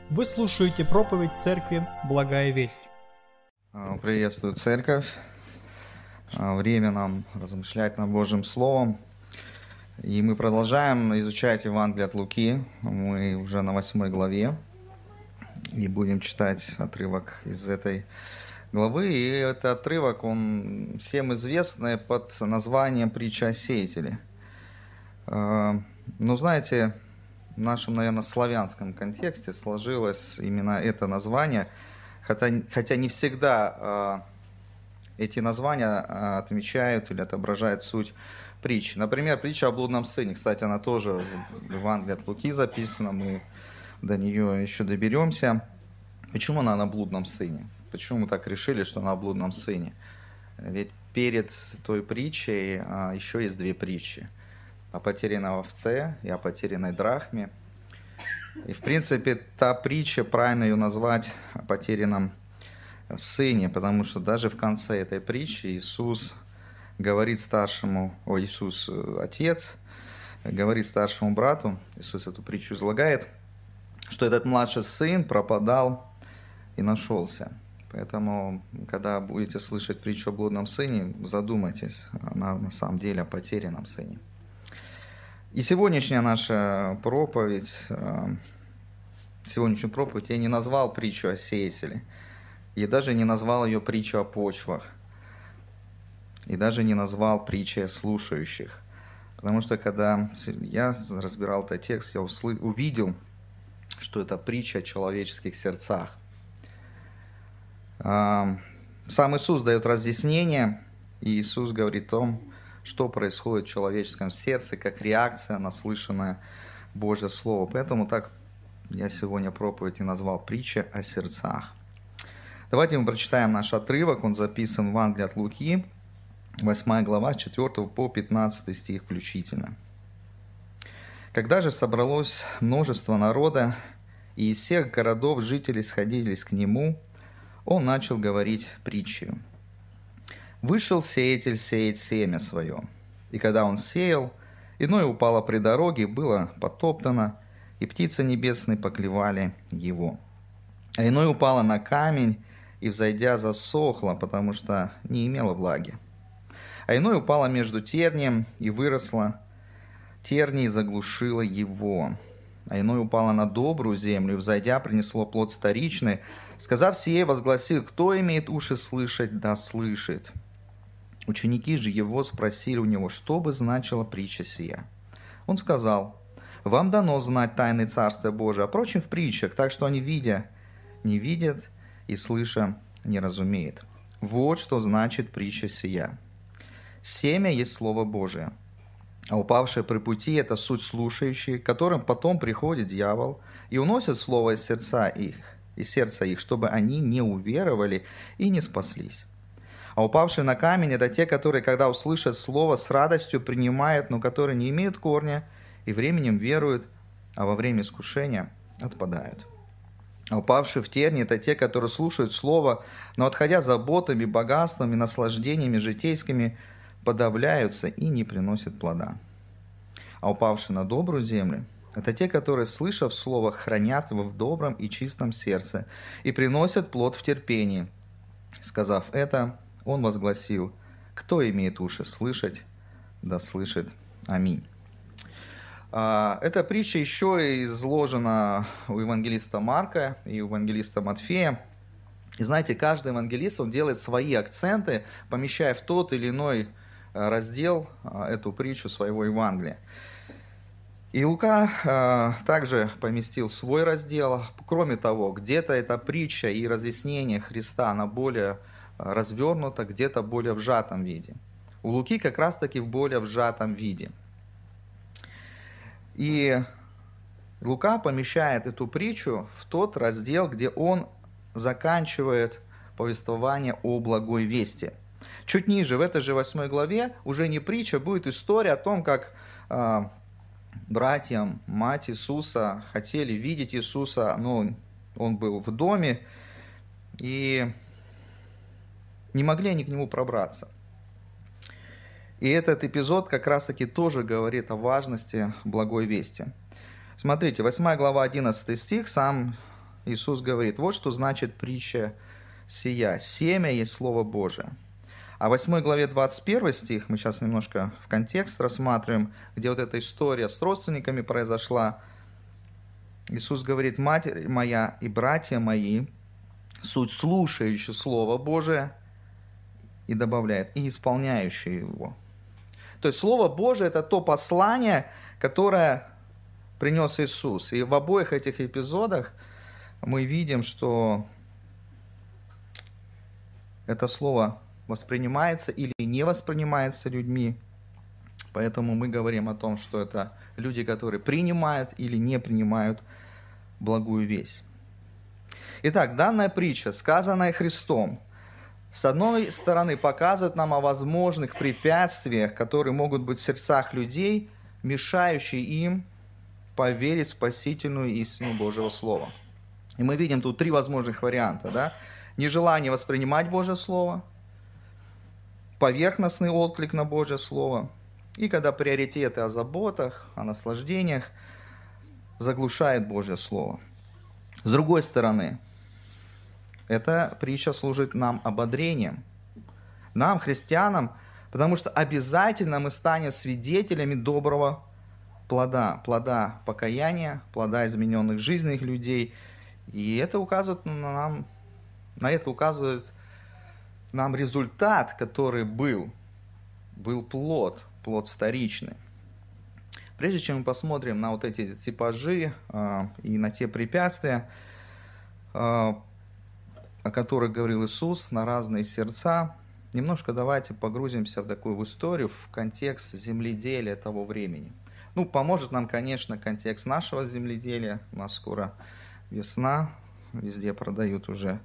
Вы слушаете проповедь Церкви Благая Весть. Приветствую, Церковь. Время нам размышлять над Божьим Словом. И мы продолжаем изучать Евангелие от Луки. Мы уже на 8 главе. И будем читать отрывок из этой главы. И этот отрывок, он всем известный под названием «Притча о сеятеле». Ну, знаете, в нашем, наверное, славянском контексте сложилось именно это название, хотя не всегда эти названия отмечают или отображают суть притчи. Например, притча о блудном сыне. Кстати, она тоже в Евангелии от Луки записана, мы до нее еще доберемся. Почему она на блудном сыне? Почему мы так решили, что она о блудном сыне? Ведь перед той притчей еще есть две притчи. О потерянной овце и о потерянной драхме. И, в принципе, та притча, правильно ее назвать о потерянном сыне, потому что даже в конце этой притчи Иисус говорит старшему, Отец, говорит старшему брату, Иисус эту притчу излагает, что этот младший сын пропадал и нашелся. Поэтому, когда будете слышать притчу о блудном сыне, задумайтесь, она на самом деле о потерянном сыне. И сегодняшнюю проповедь я не назвал притчу о сеятеле, и даже не назвал ее притчу о почвах, и даже не назвал притчей о слушающих. Потому что, когда я разбирал этот текст, я увидел, что это притча о человеческих сердцах. Сам Иисус дает разъяснение, и Иисус говорит о том, что происходит в человеческом сердце, как реакция на слышанное Божье Слово. Поэтому так я сегодня проповедь и назвал «Притча о сердцах». Давайте мы прочитаем наш отрывок, он записан в Евангелии от Луки, 8 глава, с 4 по 15 стих включительно. «Когда же собралось множество народа, и из всех городов жители сходились к нему, он начал говорить притчею. Вышел сеятель сеять семя свое, и когда он сеял, иное упало при дороге, было потоптано, и птицы небесные поклевали его. А иное упало на камень, и, взойдя, засохло, потому что не имело влаги. А иное упало между тернием, и выросло, терний заглушило его. А иное упало на добрую землю, и, взойдя, принесло плод сторичный. Сказав сие, возгласил: кто имеет уши слышать, да слышит. Ученики же его спросили у него, что бы значила притча сия. Он сказал: вам дано знать тайны Царства Божия, а прочим в притчах, так что они, видя, не видят, и слыша, не разумеют. Вот что значит притча сия. Семя есть Слово Божие, а упавшие при пути – это суть слушающие, к которым потом приходит дьявол и уносит слово из сердца их, чтобы они не уверовали и не спаслись. А упавшие на камень – это те, которые, когда услышат слово, с радостью принимают, но которые не имеют корня и временем веруют, а во время искушения отпадают. А упавшие в тернии – это те, которые слушают слово, но, отходя заботами, богатствами, наслаждениями житейскими, подавляются и не приносят плода. А упавшие на добрую землю – это те, которые, слышав слово, хранят его в добром и чистом сердце и приносят плод в терпении. Сказав это, он возгласил: кто имеет уши слышать, да слышит. Аминь. Эта притча еще изложена у евангелиста Марка и у евангелиста Матфея. И знаете, каждый евангелист, он делает свои акценты, помещая в тот или иной раздел эту притчу своего Евангелия. И Лука также поместил свой раздел. Кроме того, где-то эта притча и разъяснение Христа, она более развернута, где-то более в сжатом виде. У Луки как раз-таки в более в сжатом виде. И Лука помещает эту притчу в тот раздел, где он заканчивает повествование о благой вести. Чуть ниже, в этой же 8 главе, уже не притча, будет история о том, как братьям, мать Иисуса хотели видеть Иисуса, но он был в доме, и не могли они к нему пробраться. И этот эпизод как раз-таки тоже говорит о важности благой вести. Смотрите, 8 глава, 11 стих, сам Иисус говорит, вот что значит притча сия. Семя есть Слово Божие. А в 8 главе 21 стих, мы сейчас немножко в контекст рассматриваем, где вот эта история с родственниками произошла. Иисус говорит, «Матерь моя и братья мои, суть слушающие Слово Божие», и добавляет, «и исполняющие его». То есть Слово Божие – это то послание, которое принес Иисус. И в обоих этих эпизодах мы видим, что это Слово воспринимается или не воспринимается людьми. Поэтому мы говорим о том, что это люди, которые принимают или не принимают благую весть. Итак, данная притча, сказанная Христом, с одной стороны показывает нам о возможных препятствиях, которые могут быть в сердцах людей, мешающие им поверить в спасительную истину Божьего Слова. И мы видим тут три возможных варианта. Да? Нежелание воспринимать Божье Слово, поверхностный отклик на Божье Слово, и когда приоритеты о заботах, о наслаждениях заглушает Божье Слово. С другой стороны, эта притча служит нам ободрением, нам, христианам, потому что обязательно мы станем свидетелями доброго плода покаяния, плода измененных жизней людей. И это указывает на это указывает нам результат, который был плод вторичный. Прежде чем мы посмотрим на вот эти типажи и на те препятствия, о которых говорил Иисус, на разные сердца, немножко давайте погрузимся в такую историю, в контекст земледелия того времени. Поможет нам, конечно, контекст нашего земледелия. У нас скоро весна, везде продают уже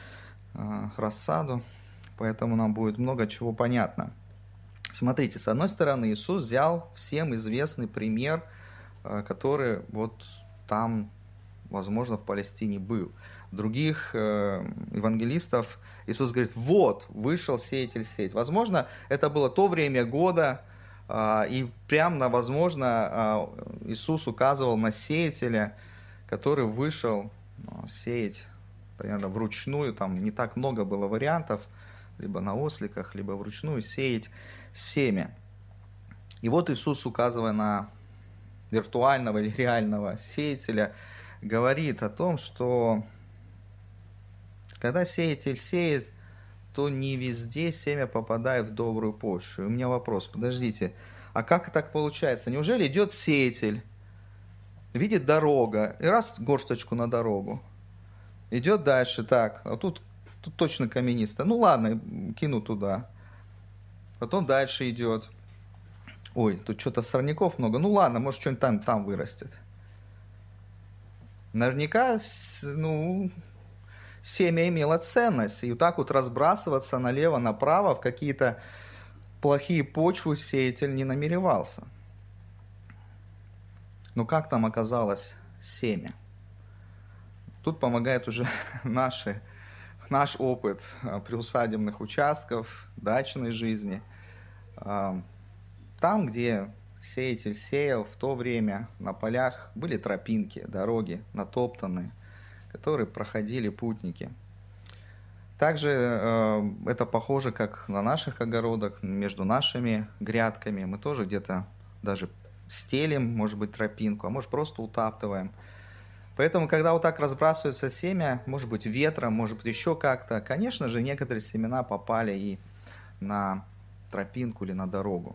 рассаду, поэтому нам будет много чего понятно. Смотрите, с одной стороны, Иисус взял всем известный пример, который вот там, возможно, в Палестине был. Других евангелистов Иисус говорит, вот, вышел сеятель сеять. Возможно, это было то время года, и прямо, возможно, Иисус указывал на сеятеля, который вышел сеять, примерно, вручную, там не так много было вариантов, либо на осликах, либо вручную сеять семя. И вот Иисус, указывая на виртуального или реального сеятеля, говорит о том, что когда сеятель сеет, то не везде семя попадает в добрую почву. И у меня вопрос, подождите, а как так получается? Неужели идет сеятель, видит дорога, и раз горсточку на дорогу, идет дальше, так, а тут точно каменисто, ладно, кину туда. Потом дальше идет, ой, тут что-то сорняков много, ладно, может что-нибудь там вырастет. Наверняка, семя имело ценность, и вот так вот разбрасываться налево-направо в какие-то плохие почвы сеятель не намеревался. Но как там оказалось семя? Тут помогает уже наш опыт приусадебных участков, дачной жизни. Там, где сеятель сеял, в то время на полях были тропинки, дороги натоптанные, которые проходили путники. Также это похоже, как на наших огородах, между нашими грядками. Мы тоже где-то даже стелим, может быть, тропинку, а может, просто утаптываем. Поэтому, когда вот так разбрасывается семя, может быть, ветром, может быть, еще как-то, конечно же, некоторые семена попали и на тропинку или на дорогу.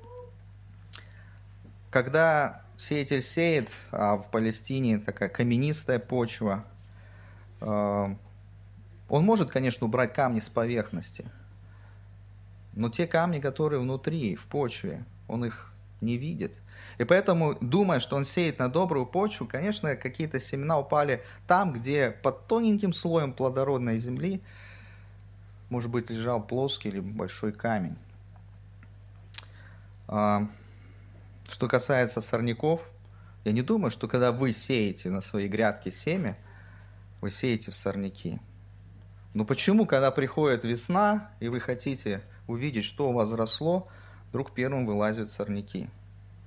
Когда сеятель сеет, а в Палестине такая каменистая почва, он может, конечно, убрать камни с поверхности, но те камни, которые внутри, в почве, он их не видит. И поэтому, думая, что он сеет на добрую почву, конечно, какие-то семена упали там, где под тоненьким слоем плодородной земли, может быть, лежал плоский или большой камень. Что касается сорняков, я не думаю, что когда вы сеете на своей грядке семя, вы сеете в сорняки. Но почему, когда приходит весна, и вы хотите увидеть, что у вас заросло, вдруг первым вылазят сорняки?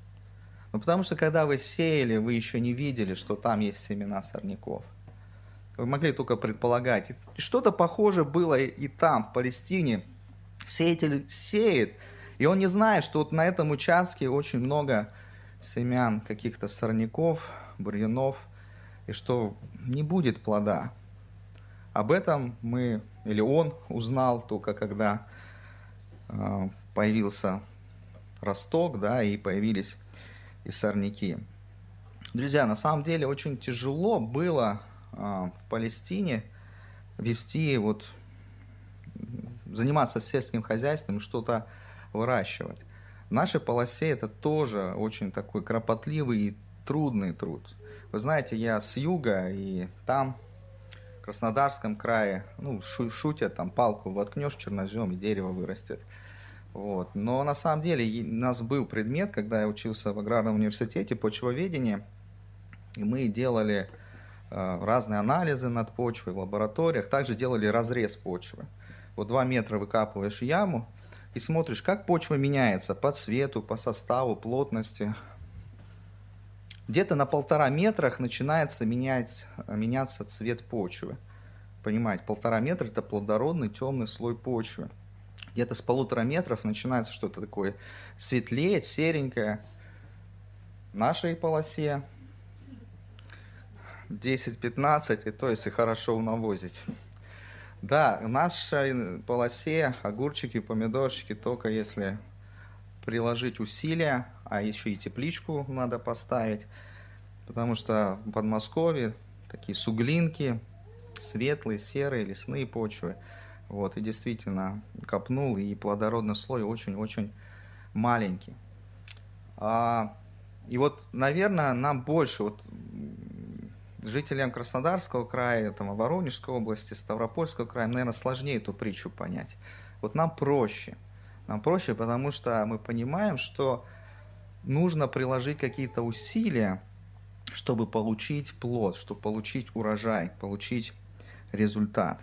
Потому что, когда вы сеяли, вы еще не видели, что там есть семена сорняков. Вы могли только предполагать. И что-то похожее было и там, в Палестине. Сеятель сеет, и он не знает, что вот на этом участке очень много семян каких-то сорняков, бурьянов, и что не будет плода. Об этом он узнал только когда появился росток, да, и появились и сорняки. Друзья, на самом деле очень тяжело было в Палестине заниматься сельским хозяйством и что-то выращивать. В нашей полосе это тоже очень такой кропотливый и трудный труд. Вы знаете, я с юга, и там, в Краснодарском крае, шутят, там палку воткнешь в чернозем, и дерево вырастет. Вот. Но на самом деле у нас был предмет, когда я учился в аграрном университете, почвоведение, и мы делали разные анализы над почвой в лабораториях, также делали разрез почвы. Вот 2 метра выкапываешь яму и смотришь, как почва меняется по цвету, по составу, плотности. Где-то на 1,5 метра начинается меняться цвет почвы. Понимаете, 1,5 метра – это плодородный темный слой почвы. Где-то с 1,5 метров начинается что-то такое светлеть, серенькое. В нашей полосе 10-15, и то если хорошо навозить. Да, в нашей полосе огурчики, помидорчики только если приложить усилия, а еще и тепличку надо поставить, потому что в Подмосковье такие суглинки, светлые, серые, лесные почвы. Вот, и действительно копнул, и плодородный слой очень-очень маленький. И вот, наверное, нам больше, жителям Краснодарского края, Воронежской области, Ставропольского края, наверное, сложнее эту притчу понять. Вот нам проще. Нам проще, потому что мы понимаем, что нужно приложить какие-то усилия, чтобы получить плод, чтобы получить урожай, получить результат.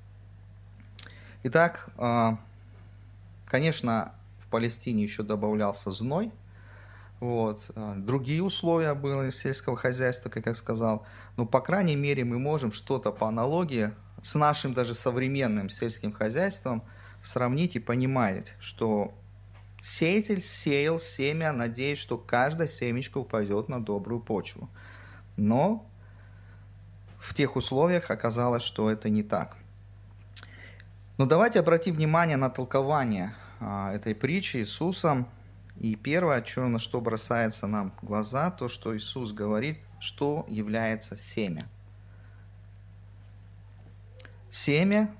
Итак, конечно, в Палестине еще добавлялся зной. Другие условия были сельского хозяйства, как я сказал. Но, по крайней мере, мы можем что-то по аналогии с нашим даже современным сельским хозяйством сравнить и понимать, что сеятель сеял семя, надеясь, что каждая семечко упадет на добрую почву. Но в тех условиях оказалось, что это не так. Но давайте обратим внимание на толкование этой притчи Иисусом. И первое, на что бросается нам в глаза, то, что Иисус говорит, что является семя. Семя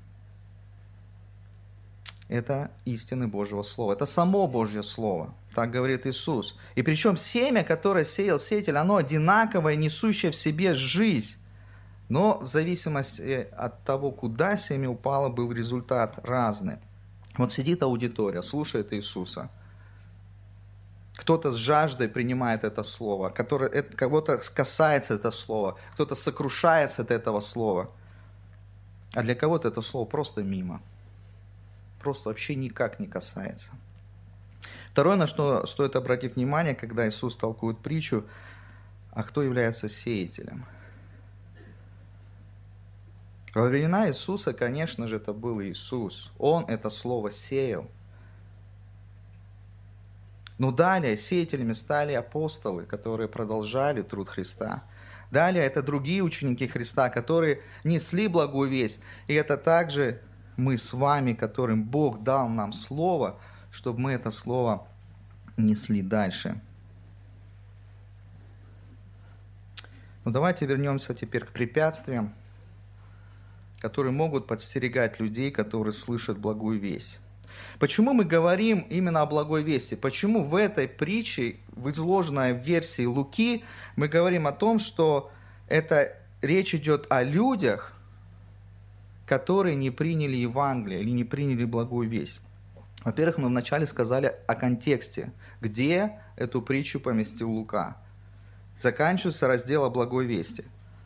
– это истины Божьего Слова. Это само Божье Слово. Так говорит Иисус. И причем семя, которое сеял сеятель, оно одинаковое, несущее в себе жизнь. Но в зависимости от того, куда семя упало, был результат разный. Вот сидит аудитория, слушает Иисуса. Кто-то с жаждой принимает это слово, кого-то касается это слово, кто-то сокрушается от этого слова. А для кого-то это слово просто мимо. Просто вообще никак не касается. Второе, на что стоит обратить внимание, когда Иисус толкует притчу, а кто является сеятелем. Во времена Иисуса, конечно же, это был Иисус. Он это слово сеял. Но далее сеятелями стали апостолы, которые продолжали труд Христа. Далее это другие ученики Христа, которые несли благую весть. И это также мы с вами, которым Бог дал нам слово, чтобы мы это слово несли дальше. Но давайте вернемся теперь к препятствиям, которые могут подстерегать людей, которые слышат благую весть. Почему мы говорим именно о благой вести? Почему в этой притче, в изложенной в версии Луки, мы говорим о том, что речь идет о людях, которые не приняли Евангелие или не приняли благую весть? Во-первых, мы вначале сказали о контексте, где эту притчу поместил Лука. Заканчивается раздел о благой вести.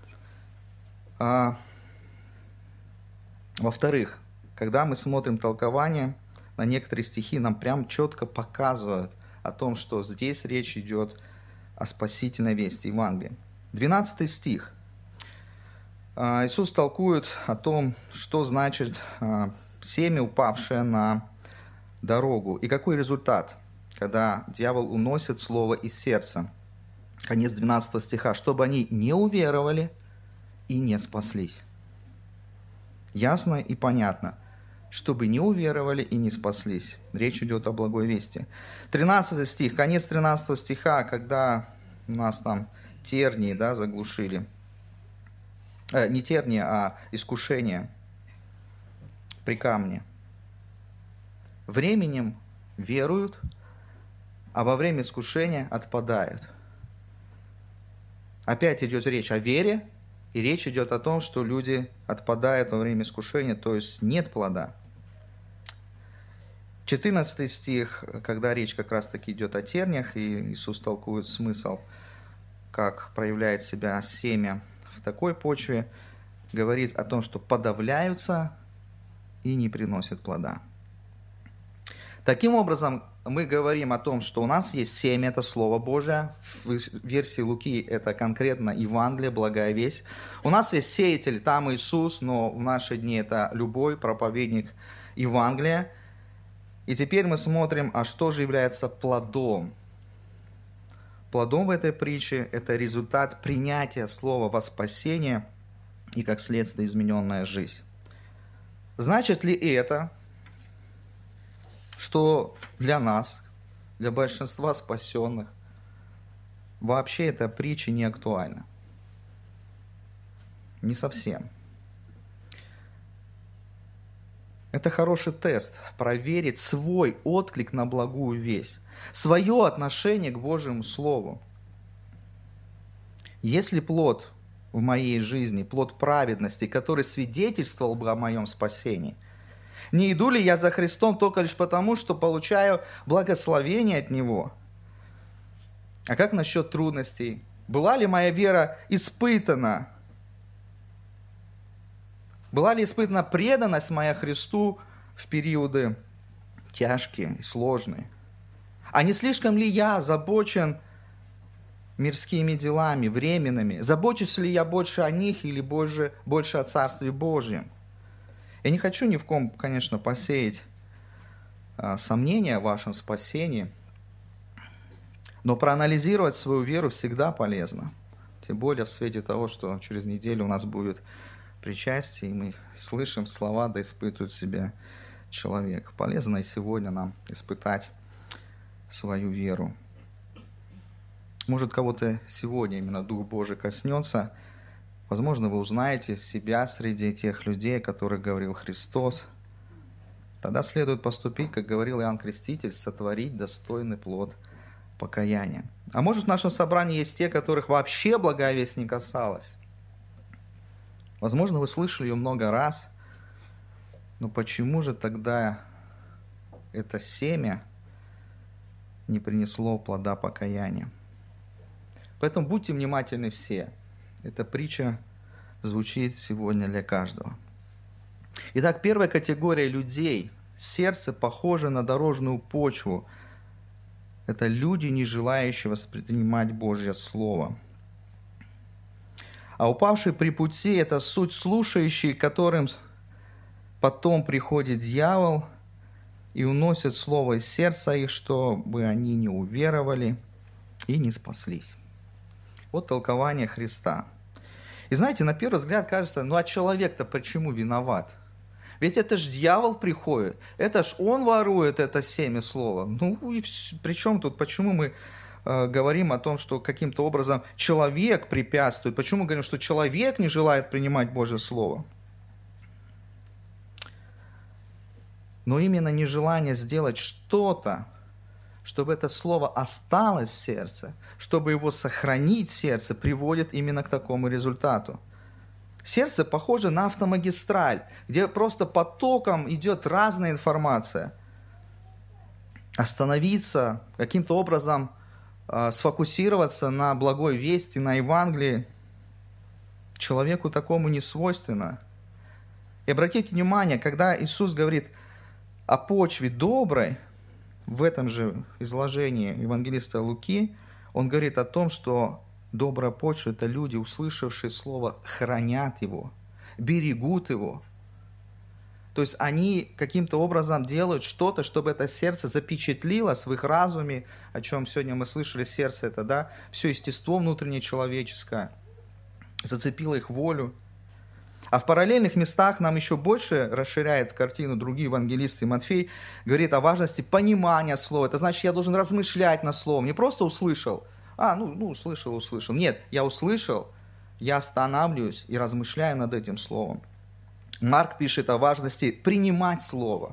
Во-вторых, когда мы смотрим толкование на некоторые стихи, нам прям четко показывают о том, что здесь речь идет о спасительной вести Евангелия. 12 стих. Иисус толкует о том, что значит семя, упавшее на дорогу. И какой результат, когда дьявол уносит слово из сердца. Конец 12 стиха. «Чтобы они не уверовали и не спаслись». Ясно и понятно. Чтобы не уверовали и не спаслись. Речь идет о благой вести. 13 стих, конец 13 стиха, когда у нас там тернии, да, заглушили. Не тернии, а искушение при камне. Временем веруют, а во время искушения отпадают. Опять идет речь о вере, и речь идет о том, что люди отпадают во время искушения, то есть нет плода. 14 стих, когда речь как раз-таки идет о терниях, и Иисус толкует смысл, как проявляет себя семя в такой почве, говорит о том, что подавляются и не приносят плода. Таким образом, мы говорим о том, что у нас есть семя, это Слово Божие. В версии Луки это конкретно Евангелие, благая весть. У нас есть сеятель, там Иисус, но в наши дни это любой проповедник Евангелия. И теперь мы смотрим, а что же является плодом. Плодом в этой притче это результат принятия слова во спасение и, как следствие, измененная жизнь. Значит ли это, что для нас, для большинства спасенных, вообще эта притча не актуальна? Не совсем. Это хороший тест, проверить свой отклик на благую весть, свое отношение к Божьему Слову. Если плод в моей жизни, плод праведности, который свидетельствовал бы о моем спасении, не иду ли я за Христом только лишь потому, что получаю благословение от Него? А как насчет трудностей? Была ли моя вера испытана? Была ли испытана преданность моя Христу в периоды тяжкие и сложные? А не слишком ли я озабочен мирскими делами, временными? Забочусь ли я больше о них или больше о Царстве Божьем? Я не хочу ни в ком, конечно, посеять сомнения в вашем спасении, но проанализировать свою веру всегда полезно. Тем более в свете того, что через неделю у нас будет причастие, и мы слышим слова, да испытывает себя человек. Полезно и сегодня нам испытать свою веру. Может, кого-то сегодня именно Дух Божий коснется. Возможно, вы узнаете себя среди тех людей, о которых говорил Христос. Тогда следует поступить, как говорил Иоанн Креститель, сотворить достойный плод покаяния. А может, в нашем собрании есть те, которых вообще благая весть не касалась. Возможно, вы слышали ее много раз, но почему же тогда это семя не принесло плода покаяния? Поэтому будьте внимательны все. Эта притча звучит сегодня для каждого. Итак, первая категория людей. Сердце похоже на дорожную почву. Это люди, не желающие воспринимать Божье Слово. А упавшие при пути – это суть слушающие, которым потом приходит дьявол и уносит Слово из сердца их, чтобы они не уверовали и не спаслись. Вот толкование Христа. И знаете, на первый взгляд кажется, а человек-то почему виноват? Ведь это ж дьявол приходит, это ж он ворует это семя слова. И при чем тут, почему мы говорим о том, что каким-то образом человек препятствует? Почему мы говорим, что человек не желает принимать Божье Слово? Но именно нежелание сделать что-то, чтобы это слово осталось в сердце, чтобы его сохранить в сердце, приводит именно к такому результату. Сердце похоже на автомагистраль, где просто потоком идет разная информация. Остановиться, каким-то образом сфокусироваться на благой вести, на Евангелии, человеку такому не свойственно. И обратите внимание, когда Иисус говорит о почве доброй, в этом же изложении евангелиста Луки, он говорит о том, что добрая почва – это люди, услышавшие слово, хранят его. берегут его. То есть они каким-то образом делают что-то, чтобы это сердце запечатлилось в их разуме, о чем сегодня мы слышали, сердце это, да, все естество внутреннее человеческое, зацепило их волю. А в параллельных местах нам еще больше расширяет картину другие евангелисты. Матфей говорит о важности понимания слова. Это значит, я должен размышлять над словом, не просто услышал. Услышал. Нет, я услышал, я останавливаюсь и размышляю над этим словом. Марк пишет о важности принимать слово.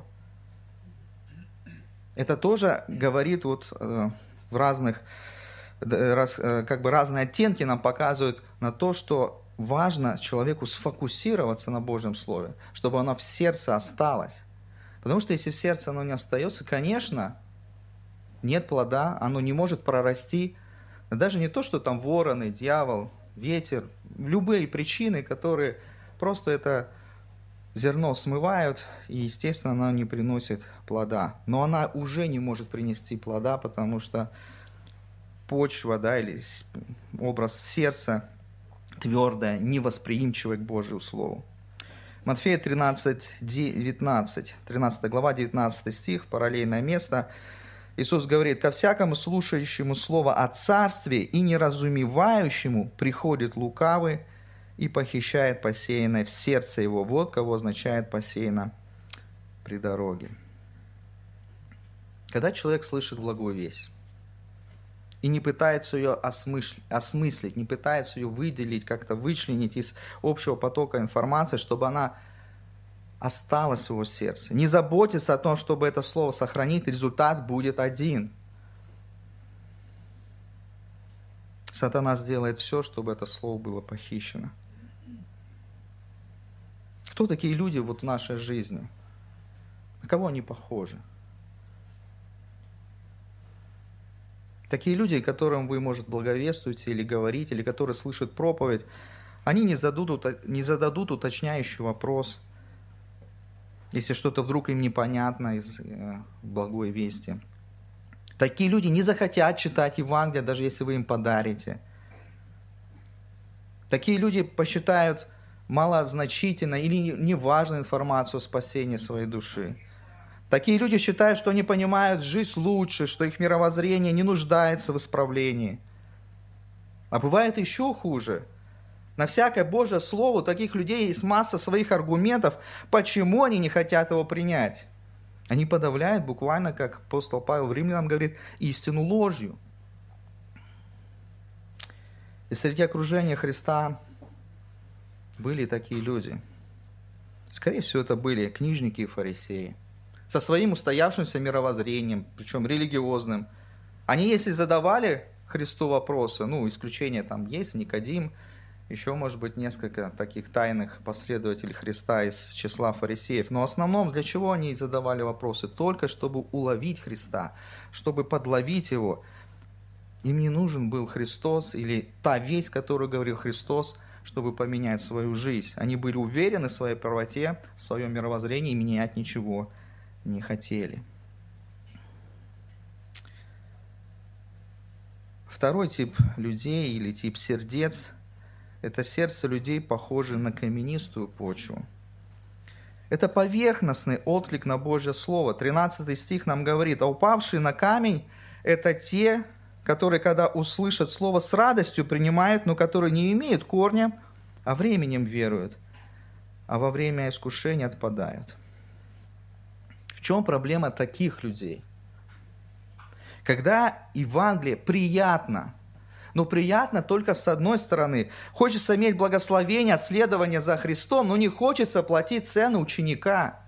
Это тоже говорит в разных, разные оттенки нам показывают на то, что важно человеку сфокусироваться на Божьем Слове, чтобы оно в сердце осталось. Потому что если в сердце оно не остается, конечно, нет плода, оно не может прорасти. Даже не то, что там вороны, дьявол, ветер, любые причины, которые просто это зерно смывают, и, естественно, оно не приносит плода. Но она уже не может принести плода, потому что почва, да, или образ сердца твердое, невосприимчивое к Божьему Слову. Матфея 13 глава, 19 стих, параллельное место. Иисус говорит: «Ко всякому слушающему слово о царстве и неразумевающему приходит лукавый и похищает посеянное в сердце его». Вот кого означает посеяно при дороге. Когда человек слышит благую весть и не пытается ее осмыслить, не пытается ее выделить, как-то вычленить из общего потока информации, чтобы она осталась в его сердце, не заботится о том, чтобы это слово сохранить, результат будет один. Сатана сделает все, чтобы это слово было похищено. Кто такие люди в нашей жизни? На кого они похожи? Такие люди, которым вы, может, благовествуете или говорите, или которые слышат проповедь, они не зададут уточняющий вопрос, если что-то вдруг им непонятно из благой вести. Такие люди не захотят читать Евангелие, даже если вы им подарите. Такие люди посчитают малозначительной или неважной информацию о спасении своей души. Такие люди считают, что они понимают жизнь лучше, что их мировоззрение не нуждается в исправлении. А бывает еще хуже. На всякое Божье Слово у таких людей есть масса своих аргументов, почему они не хотят его принять. Они подавляют буквально, как апостол Павел в Римлянам говорит, истину ложью. И среди окружения Христа были такие люди. Скорее всего, это были книжники и фарисеи. Со своим устоявшимся мировоззрением, причем религиозным. Они, если задавали Христу вопросы, исключение там есть, Никодим, еще, может быть, несколько таких тайных последователей Христа из числа фарисеев. Но в основном для чего они задавали вопросы? Только чтобы уловить Христа, чтобы подловить Его. Им не нужен был Христос или та весть, которую говорил Христос, чтобы поменять свою жизнь. Они были уверены в своей правоте, в своем мировоззрении и менять ничего не хотели. Второй тип людей или тип сердец – это сердце людей, похожее на каменистую почву. Это поверхностный отклик на Божье Слово. 13 стих нам говорит: «А упавшие на камень – это те, которые, когда услышат Слово, с радостью принимают, но которые не имеют корня, а временем веруют, а во время искушения отпадают». В чем проблема таких людей? Когда Евангелие приятно, но приятно только с одной стороны. Хочется иметь благословение, следование за Христом, но не хочется платить цену ученика.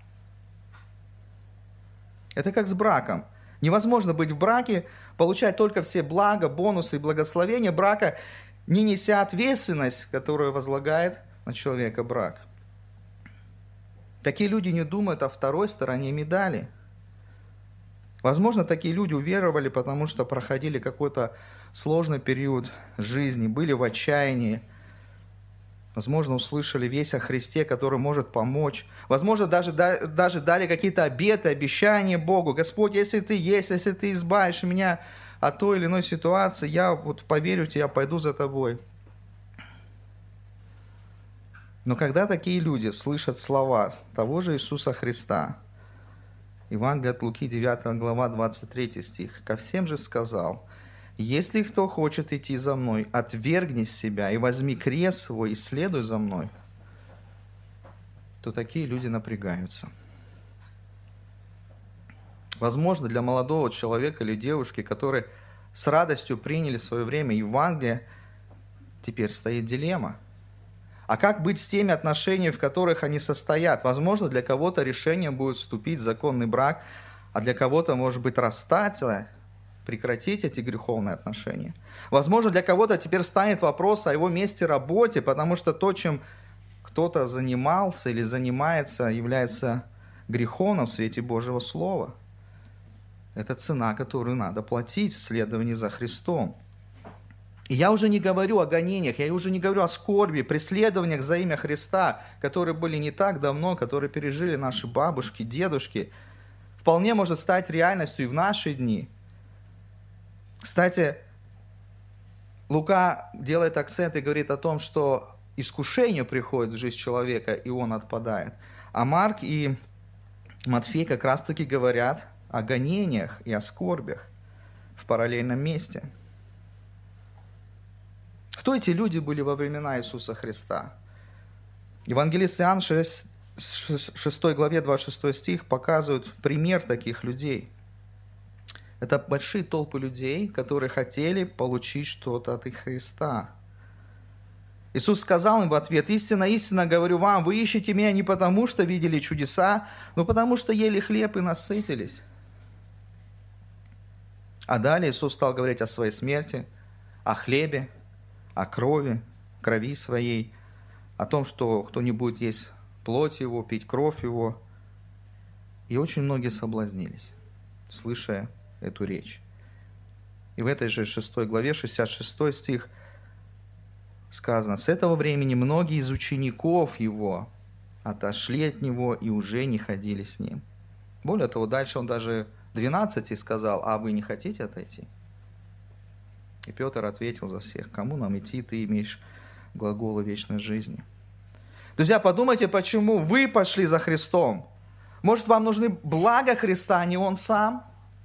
Это как с браком. Невозможно быть в браке, получать только все блага, бонусы и благословения брака, не неся ответственность, которую возлагает на человека брак. Такие люди не думают о второй стороне медали. Возможно, такие люди уверовали, потому что проходили какой-то сложный период жизни, были в отчаянии. Возможно, услышали весть о Христе, который может помочь. Возможно, даже дали какие-то обеты, обещания Богу. Господь, если Ты есть, если Ты избавишь меня от той или иной ситуации, я поверю в Тебя, пойду за Тобой. Но когда такие люди слышат слова того же Иисуса Христа, Евангелие от Луки, 9 глава, 23 стих, «Ко всем же сказал, если кто хочет идти за мной, отвергни себя и возьми крест свой и следуй за мной», то такие люди напрягаются. Возможно, для молодого человека или девушки, которые с радостью приняли в свое время Евангелие, теперь стоит дилемма. А как быть с теми отношениями, в которых они состоят? Возможно, для кого-то решением будет вступить в законный брак, а для кого-то, может быть, расстаться, прекратить эти греховные отношения. Возможно, для кого-то теперь встанет вопрос о его месте работе, потому что то, чем кто-то занимался или занимается, является греховным в свете Божьего Слова. Это цена, которую надо платить в следовании за Христом. И я уже не говорю о гонениях, я уже не говорю о скорби, преследованиях за имя Христа, которые были не так давно, которые пережили наши бабушки, дедушки. Вполне может стать реальностью и в наши дни. Кстати, Лука делает акцент и говорит о том, что искушение приходит в жизнь человека, и он отпадает. А Марк и Матфей как раз-таки говорят о гонениях и о скорбях в параллельном месте. Кто эти люди были во времена Иисуса Христа? Евангелист Иоанн 6 главе 26 стих показывает пример таких людей. Это большие толпы людей, которые хотели получить что-то от Христа. Иисус сказал им в ответ: «Истинно, истинно говорю вам, вы ищете меня не потому, что видели чудеса, но потому, что ели хлеб и насытились». А далее Иисус стал говорить о своей смерти, о хлебе, о крови своей, о том, что кто не будет есть плоть его, пить кровь его. И очень многие соблазнились, слыша эту речь. И в этой же 6 главе, 66 стих, сказано: «С этого времени многие из учеников его отошли от него и уже не ходили с ним». Более того, дальше он даже 12 сказал: «А вы не хотите отойти?» И Петр ответил за всех: «Кому нам идти? Ты имеешь глаголы вечной жизни». Друзья, подумайте, почему вы пошли за Христом. Может, вам нужны блага Христа, а не Он сам?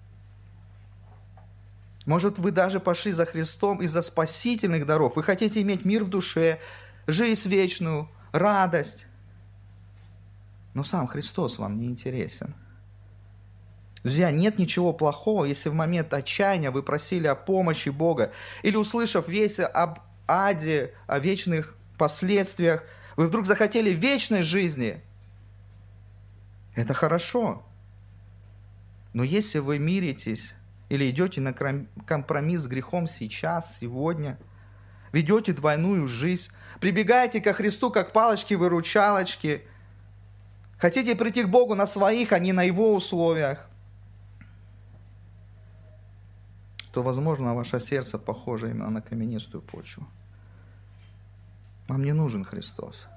Может, вы даже пошли за Христом из-за спасительных даров. Вы хотите иметь мир в душе, жизнь вечную, радость. Но сам Христос вам не интересен. Друзья, нет ничего плохого, если в момент отчаяния вы просили о помощи Бога, или, услышав весть об аде, о вечных последствиях, вы вдруг захотели вечной жизни. Это хорошо. Но если вы миритесь или идете на компромисс с грехом сейчас, сегодня, ведете двойную жизнь, прибегаете ко Христу как палочки-выручалочки, хотите прийти к Богу на своих, а не на Его условиях, то, возможно, ваше сердце похоже именно на каменистую почву. Вам не нужен Христос.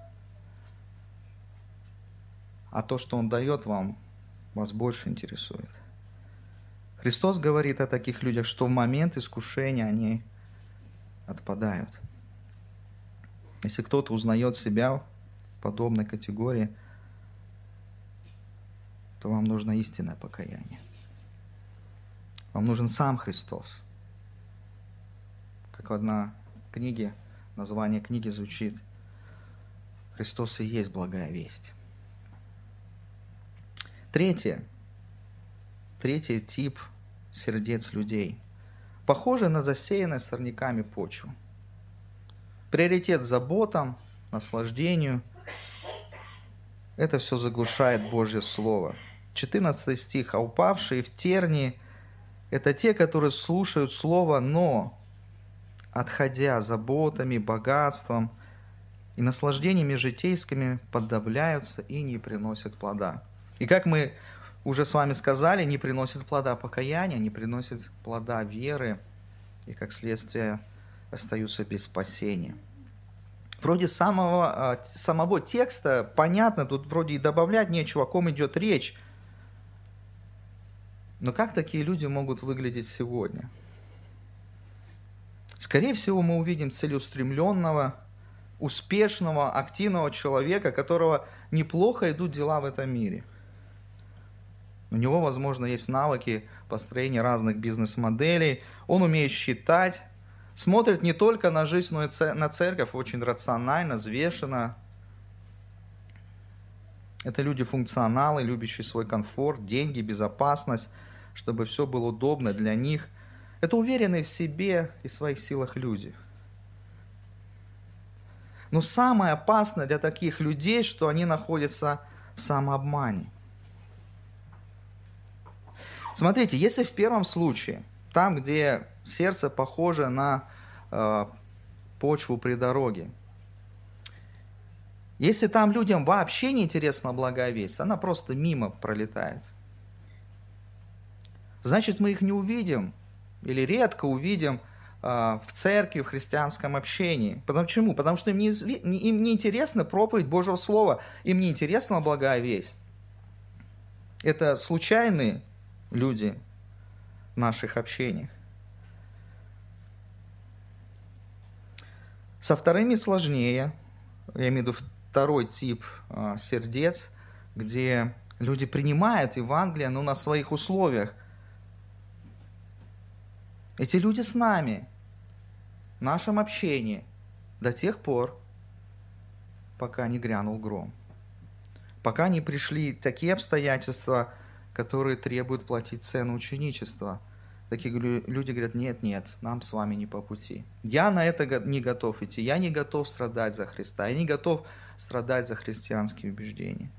А то, что Он дает вам, вас больше интересует. Христос говорит о таких людях, что в момент искушения они отпадают. Если кто-то узнает себя в подобной категории, то вам нужно истинное покаяние. Вам нужен сам Христос. Как в одной книге, название книги звучит: «Христос и есть благая весть». Третий тип сердец людей похожи на засеянную сорняками почву. Приоритет заботам, наслаждению. Это все заглушает Божье Слово. 14 стих. «А упавшие в тернии – это те, которые слушают Слово, но, отходя заботами, богатством и наслаждениями житейскими, подавляются и не приносят плода». И как мы уже с вами сказали, не приносит плода покаяния, не приносит плода веры, и как следствие остаются без спасения. Вроде самого текста понятно, тут вроде и добавлять нечего, о ком идет речь. Но как такие люди могут выглядеть сегодня? Скорее всего, мы увидим целеустремленного, успешного, активного человека, которого неплохо идут дела в этом мире. У него, возможно, есть навыки построения разных бизнес-моделей, он умеет считать, смотрит не только на жизнь, но и на церковь очень рационально, взвешенно. Это люди функционалы, любящие свой комфорт, деньги, безопасность, чтобы все было удобно для них. Это уверенные в себе и своих силах люди. Но самое опасное для таких людей, что они находятся в самообмане. Смотрите, если в первом случае, там, где сердце похоже на почву при дороге, если там людям вообще не интересна благая весть, она просто мимо пролетает, значит, мы их не увидим или редко увидим в церкви, в христианском общении. Почему? Потому что им не интересна проповедь Божьего Слова, им не интересна благая весть. Это случайные люди в наших общениях. Со вторыми сложнее, я имею в виду второй тип сердец, где люди принимают Евангелие, но на своих условиях. Эти люди с нами, в нашем общении, до тех пор, пока не грянул гром. Пока не пришли такие обстоятельства, которые требуют платить цену ученичества. Такие люди говорят, нет, нам с вами не по пути. Я на это не готов идти, я не готов страдать за Христа, я не готов страдать за христианские убеждения.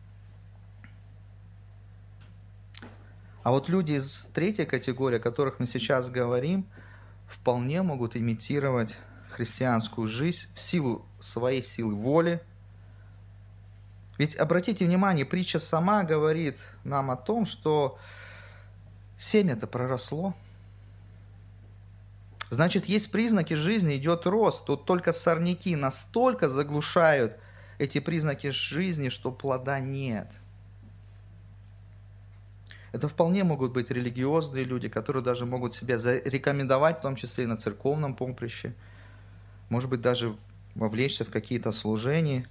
А вот люди из третьей категории, о которых мы сейчас говорим, вполне могут имитировать христианскую жизнь в силу своей силы воли. Ведь обратите внимание, притча сама говорит нам о том, что семя-то проросло. Значит, есть признаки жизни, идет рост. Тут только сорняки настолько заглушают эти признаки жизни, что плода нет. Это вполне могут быть религиозные люди, которые даже могут себя зарекомендовать, в том числе и на церковном поприще. Может быть, даже вовлечься в какие-то служения.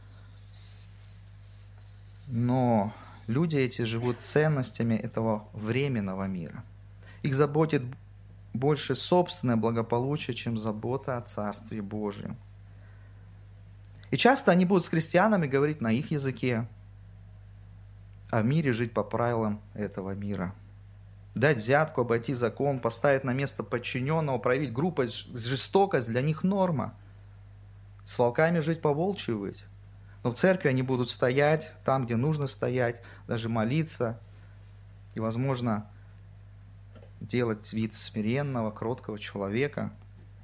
Но люди эти живут ценностями этого временного мира. Их заботит больше собственное благополучие, чем забота о Царстве Божьем. И часто они будут с христианами говорить на их языке, а в мире жить по правилам этого мира. Дать взятку, обойти закон, поставить на место подчиненного, проявить грубость, жестокость для них норма. С волками жить по-волчьи выть. Но в церкви они будут стоять там, где нужно стоять, даже молиться и, возможно, делать вид смиренного, кроткого человека.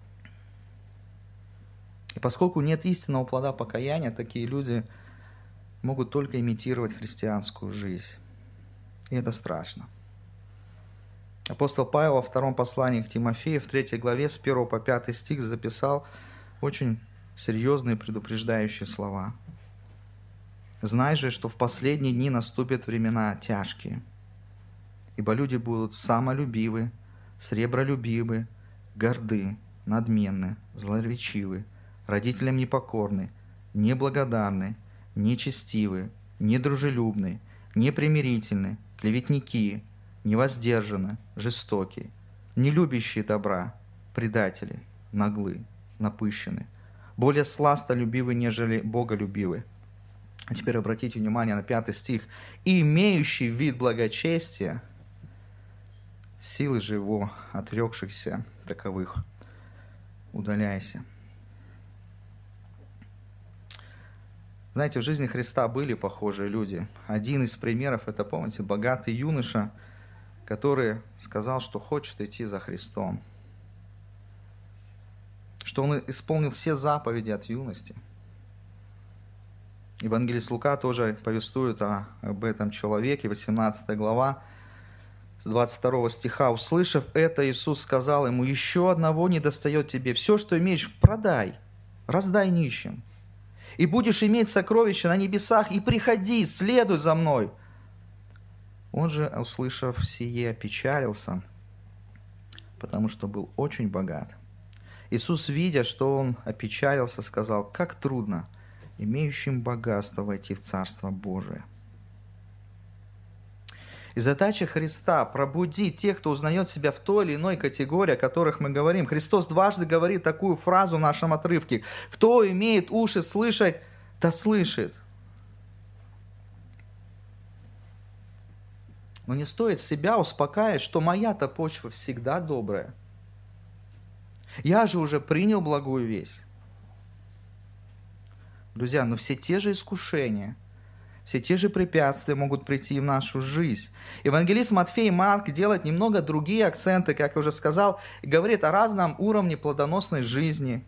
И поскольку нет истинного плода покаяния, такие люди могут только имитировать христианскую жизнь. И это страшно. Апостол Павел во втором послании к Тимофею, в 3 главе, с 1 по 5 стих записал очень серьезные предупреждающие слова. «Знай же, что в последние дни наступят времена тяжкие, ибо люди будут самолюбивы, сребролюбивы, горды, надменны, злоречивы, родителям непокорны, неблагодарны, нечестивы, недружелюбны, непримирительны, клеветники, невоздержаны, жестоки, не любящие добра, предатели, наглы, напыщены, более сластолюбивы, нежели боголюбивы». А теперь обратите внимание на 5 стих. «И имеющий вид благочестия, силы же его, отрекшихся таковых, удаляйся». Знаете, в жизни Христа были похожие люди. Один из примеров, это, помните, богатый юноша, который сказал, что хочет идти за Христом. Что он исполнил все заповеди от юности. Евангелист Лука тоже повествует об этом человеке, 18 глава, с 22 стиха. «Услышав это, Иисус сказал ему: еще одного недостает тебе. Все, что имеешь, продай, раздай нищим, и будешь иметь сокровища на небесах, и приходи, следуй за мной». Он же, услышав сие, опечалился, потому что был очень богат, Иисус, видя, что он опечалился, сказал: «Как трудно имеющим богатство войти в Царство Божие». И задача Христа – пробудить тех, кто узнает себя в той или иной категории, о которых мы говорим. Христос дважды говорит такую фразу в нашем отрывке: «Кто имеет уши слышать, да слышит». Но не стоит себя успокаивать, что моя-то почва всегда добрая. Я же уже принял благую весть. Друзья, но все те же искушения, все те же препятствия могут прийти в нашу жизнь. Евангелист Матфей и Марк делают немного другие акценты, как я уже сказал, и говорит о разном уровне плодоносной жизни,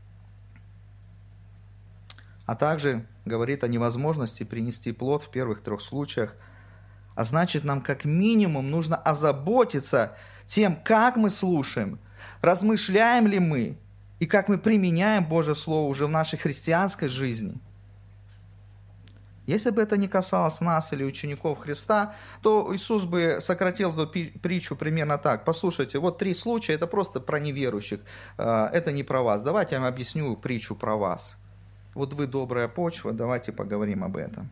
а также говорит о невозможности принести плод в первых 3 случаях. А значит, нам как минимум нужно озаботиться тем, как мы слушаем, размышляем ли мы и как мы применяем Божье Слово уже в нашей христианской жизни. Если бы это не касалось нас или учеников Христа, то Иисус бы сократил эту притчу примерно так. Послушайте, вот 3 случая, это просто про неверующих, это не про вас. Давайте я вам объясню притчу про вас. Вот вы добрая почва, давайте поговорим об этом.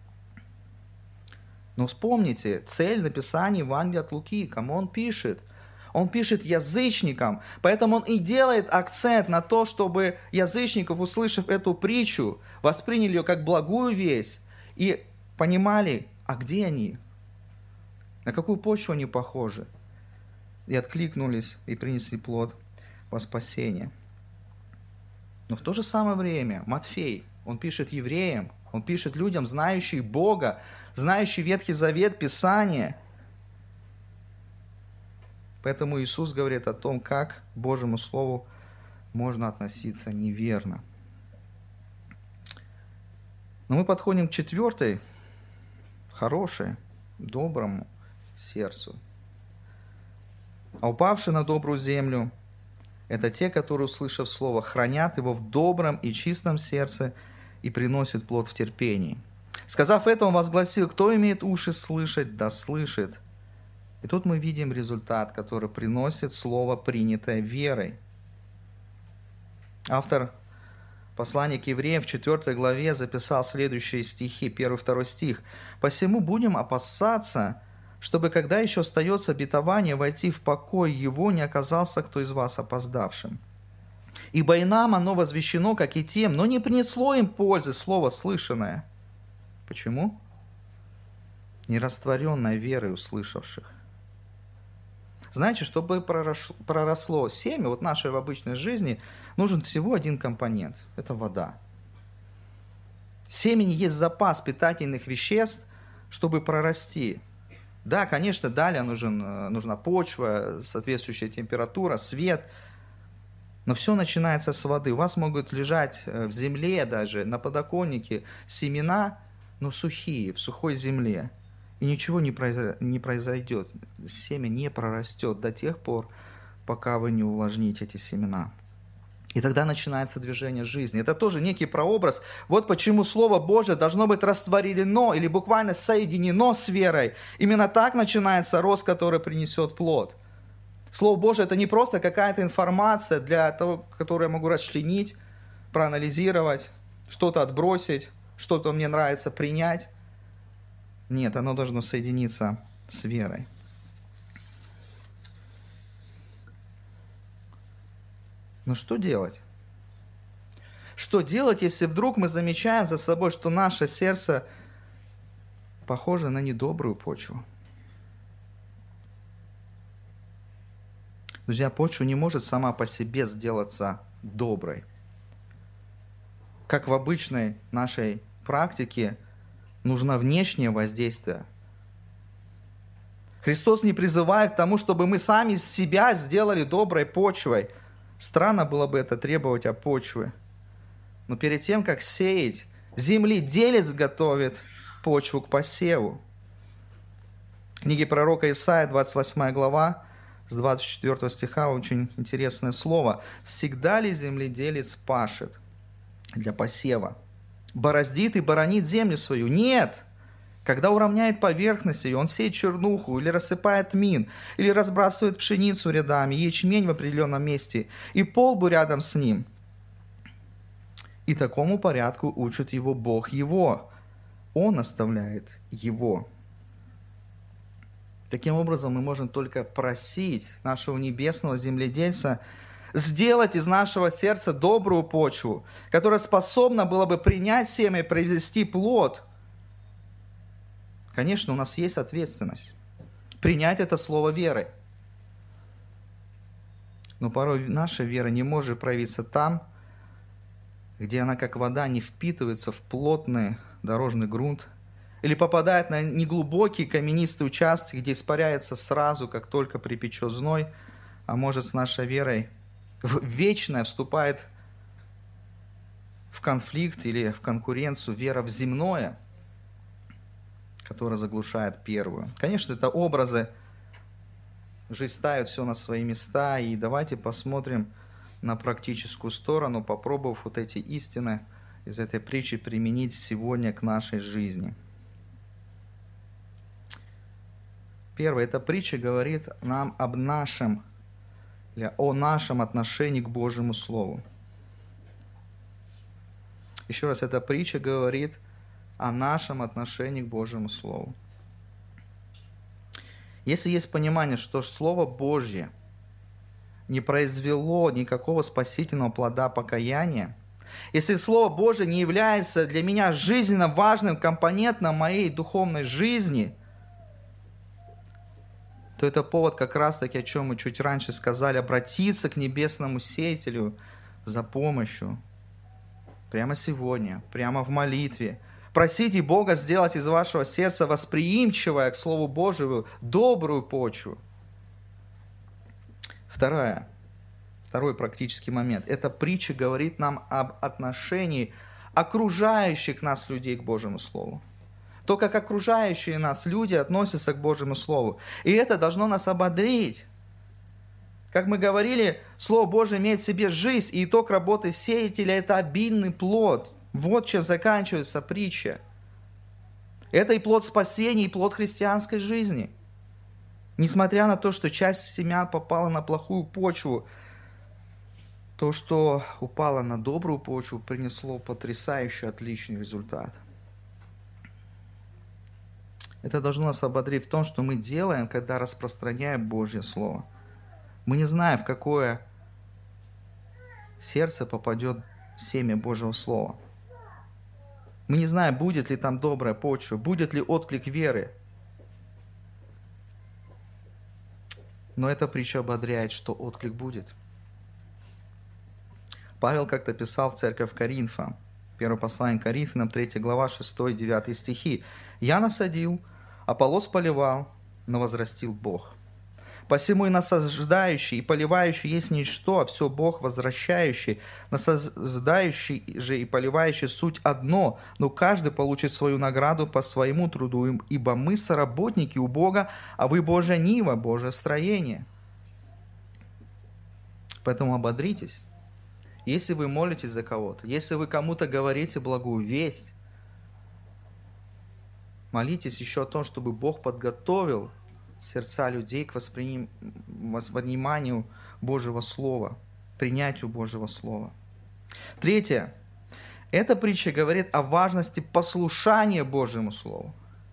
Но вспомните, цель написания Евангелия от Луки, кому он пишет? Он пишет язычникам, поэтому он и делает акцент на то, чтобы язычников, услышав эту притчу, восприняли ее как благую весть и понимали, а где они, на какую почву они похожи, и откликнулись и принесли плод во спасение. Но в то же самое время Матфей, он пишет евреям, он пишет людям, знающим Бога, знающим Ветхий Завет, Писание. Поэтому Иисус говорит о том, как к Божьему Слову можно относиться неверно. Но мы подходим к 4-й, хорошей, доброму сердцу. А упавшие на добрую землю – это те, которые, услышав Слово, хранят его в добром и чистом сердце и приносят плод в терпении. Сказав это, он возгласил: «Кто имеет уши слышать, да слышит». И тут мы видим результат, который приносит слово, принятое верой. Автор послания к евреям в 4 главе записал следующие стихи, 1-2 стих. «Посему будем опасаться, чтобы, когда еще остается обетование войти в покой его, не оказался кто из вас опоздавшим. Ибо и нам оно возвещено, как и тем, но не принесло им пользы слово слышанное». Почему? Нерастворенной верой услышавших. Знаете, чтобы проросло семя, вот нашей в обычной жизни, нужен всего один компонент – это вода. В семени есть запас питательных веществ, чтобы прорасти. Да, конечно, далее нужна почва, соответствующая температура, свет, но все начинается с воды. У вас могут лежать в земле даже, на подоконнике семена, но сухие, в сухой земле. И ничего не произойдет. Семя не прорастет до тех пор, пока вы не увлажните эти семена. И тогда начинается движение жизни. Это тоже некий прообраз. Вот почему Слово Божие должно быть растворено или буквально соединено с верой. Именно так начинается рост, который принесет плод. Слово Божие – это не просто какая-то информация, для того, которую я могу расчленить, проанализировать, что-то отбросить, что-то мне нравится принять. Нет, оно должно соединиться с верой. Но что делать? Что делать, если вдруг мы замечаем за собой, что наше сердце похоже на недобрую почву? Друзья, почва не может сама по себе сделаться доброй. Как в обычной нашей практике, нужно внешнее воздействие. Христос не призывает к тому, чтобы мы сами себя сделали доброй почвой. Странно было бы это требовать от почвы. Но перед тем, как сеять, земледелец готовит почву к посеву. В книге пророка Исаия, 28 глава, с 24 стиха, очень интересное слово. «Всегда ли земледелец пашет для посева? Бороздит и боронит землю свою? Нет! Когда уравняет поверхность ее, он сеет чернуху, или рассыпает мин, или разбрасывает пшеницу рядами, ячмень в определенном месте, и полбу рядом с ним. И такому порядку учит его Бог его. Он оставляет его. Таким образом, мы можем только просить нашего небесного земледельца сделать из нашего сердца добрую почву, которая способна была бы принять семя и произвести плод. Конечно, у нас есть ответственность принять это слово верой. Но порой наша вера не может проявиться там, где она, как вода, не впитывается в плотный дорожный грунт, или попадает на неглубокие каменистые участки, где испаряется сразу, как только припечет зной, а может с нашей верой в вечное вступает в конфликт или в конкуренцию вера в земное, которая заглушает первую. Конечно, это образы. Жизнь ставит все на свои места, и давайте посмотрим на практическую сторону, попробовав вот эти истины из этой притчи применить сегодня к нашей жизни. Первое, эта притча говорит нам об нашем, или о нашем отношении к Божьему Слову. Еще раз, эта притча говорит о нашем отношении к Божьему Слову. Если есть понимание, что Слово Божье не произвело никакого спасительного плода покаяния, если Слово Божье не является для меня жизненно важным компонентом моей духовной жизни, то это повод как раз-таки, о чем мы чуть раньше сказали, обратиться к небесному сеятелю за помощью. Прямо сегодня, прямо в молитве. Просите Бога сделать из вашего сердца восприимчивое к Слову Божьему добрую почву. Второй практический момент. Эта притча говорит нам об отношении окружающих нас людей к Божьему Слову. То, как окружающие нас люди относятся к Божьему Слову. И это должно нас ободрить. Как мы говорили, Слово Божие имеет в себе жизнь, и итог работы сеятеля – это обильный плод. Вот чем заканчивается притча. Это и плод спасения, и плод христианской жизни. Несмотря на то, что часть семян попала на плохую почву, то, что упало на добрую почву, принесло потрясающий, отличный результат. Это должно нас ободрить в том, что мы делаем, когда распространяем Божье Слово. Мы не знаем, в какое сердце попадет семя Божьего Слова. Мы не знаем, будет ли там добрая почва, будет ли отклик веры. Но эта притча ободряет, что отклик будет. Павел как-то писал в церковь Коринфа, 1 послание Коринфянам, 3 глава, 6-9 стихи. «Я насадил, Аполлос поливал, но возрастил Бог. Посему и насаждающий, и поливающий есть ничто, а все Бог возвращающий, насаждающий же и поливающий суть одно, но каждый получит свою награду по своему труду, ибо мы соработники у Бога, а вы Божья нива, Божье строение». Поэтому ободритесь. Если вы молитесь за кого-то, если вы кому-то говорите благую весть, молитесь еще о том, чтобы Бог подготовил сердца людей к восприниманию Божьего Слова, принятию Божьего Слова. Третье. Эта притча говорит о важности послушания Божьему Слову.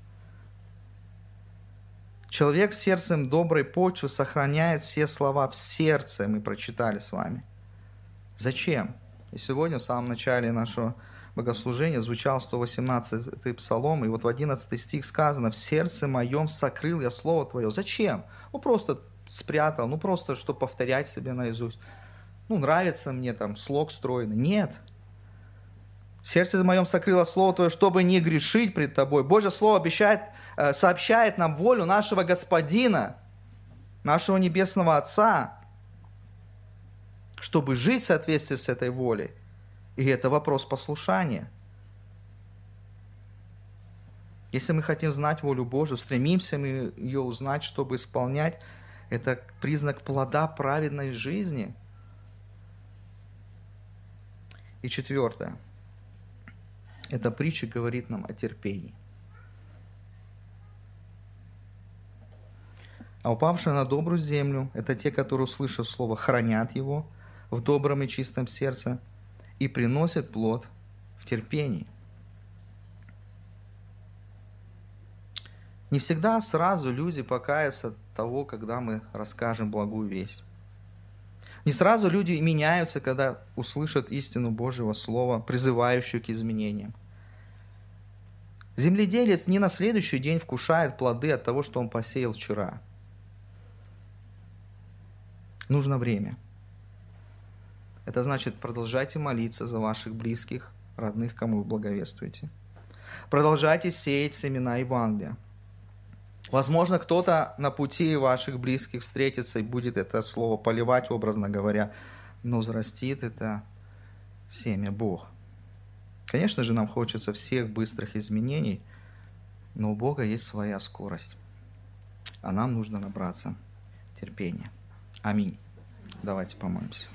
Человек с сердцем доброй почвы сохраняет все слова в сердце, мы прочитали с вами. Зачем? И сегодня, в самом начале нашего богослужения, звучал 118-й псалом, и вот в 11 стих сказано: «В сердце моем сокрыл я слово Твое». Зачем? Просто спрятал, просто чтобы повторять себе наизусть. Нравится мне там слог стройный. Нет. В сердце моем сокрыло слово Твое, чтобы не грешить пред Тобой. Божье Слово сообщает нам волю нашего Господина, нашего Небесного Отца, чтобы жить в соответствии с этой волей. И это вопрос послушания. Если мы хотим знать волю Божию, стремимся мы ее узнать, чтобы исполнять, это признак плода праведной жизни. И четвертое. Эта притча говорит нам о терпении. А упавшие на добрую землю – это те, которые, услышав слово, хранят его в добром и чистом сердце и приносят плод в терпении. Не всегда сразу люди покаются от того, когда мы расскажем благую весть. Не сразу люди меняются, когда услышат истину Божьего Слова, призывающую к изменениям. Земледелец не на следующий день вкушает плоды от того, что он посеял вчера. Нужно время. Это значит, продолжайте молиться за ваших близких, родных, кому вы благовествуете. Продолжайте сеять семена Евангелия. Возможно, кто-то на пути ваших близких встретится и будет это слово поливать, образно говоря, но взрастит это семя Бог. Конечно же, нам хочется всех быстрых изменений, но у Бога есть своя скорость, а нам нужно набраться терпения. Аминь. Давайте помолимся.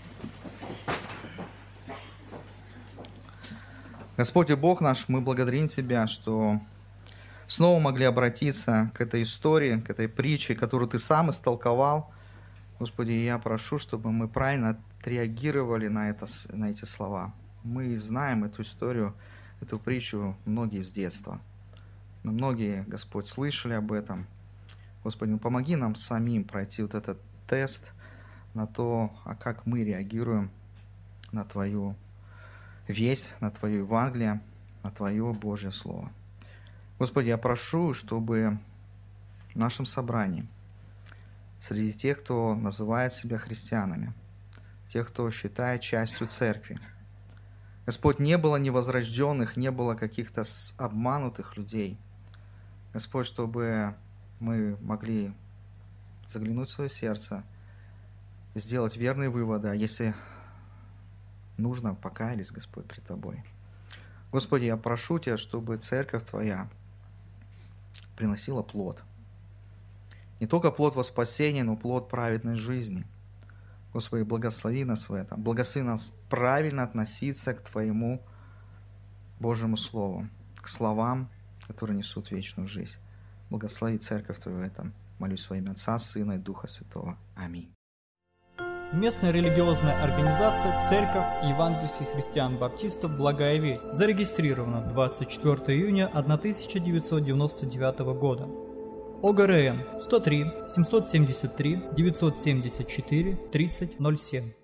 Господь и Бог наш, мы благодарим Тебя, что снова могли обратиться к этой истории, к этой притче, которую Ты сам истолковал. Господи, я прошу, чтобы мы правильно отреагировали на эти слова. Мы знаем эту историю, эту притчу многие с детства. Мы многие, Господь, слышали об этом. Господи, помоги нам самим пройти вот этот тест на то, а как мы реагируем на Твою весть, на Твое Евангелие, на Твое Божье Слово. Господи, я прошу, чтобы в нашем собрании, среди тех, кто называет себя христианами, тех, кто считает частью церкви, Господь, не было невозрожденных, не было каких-то обманутых людей. Господь, чтобы мы могли заглянуть в свое сердце, сделать верные выводы, а если нужно, покаялись, Господь, пред Тобой. Господи, я прошу Тебя, чтобы церковь Твоя приносила плод. Не только плод во спасении, но плод праведной жизни. Господи, благослови нас в этом. Благослови нас правильно относиться к Твоему Божьему Слову, к словам, которые несут вечную жизнь. Благослови церковь Твою в этом. Молюсь во имя Отца, Сына и Духа Святого. Аминь. Местная религиозная организация «Церковь евангельских христиан-баптистов Благая Весть» зарегистрирована 24 июня 1999 года. ОГРН 103 773 974 3007.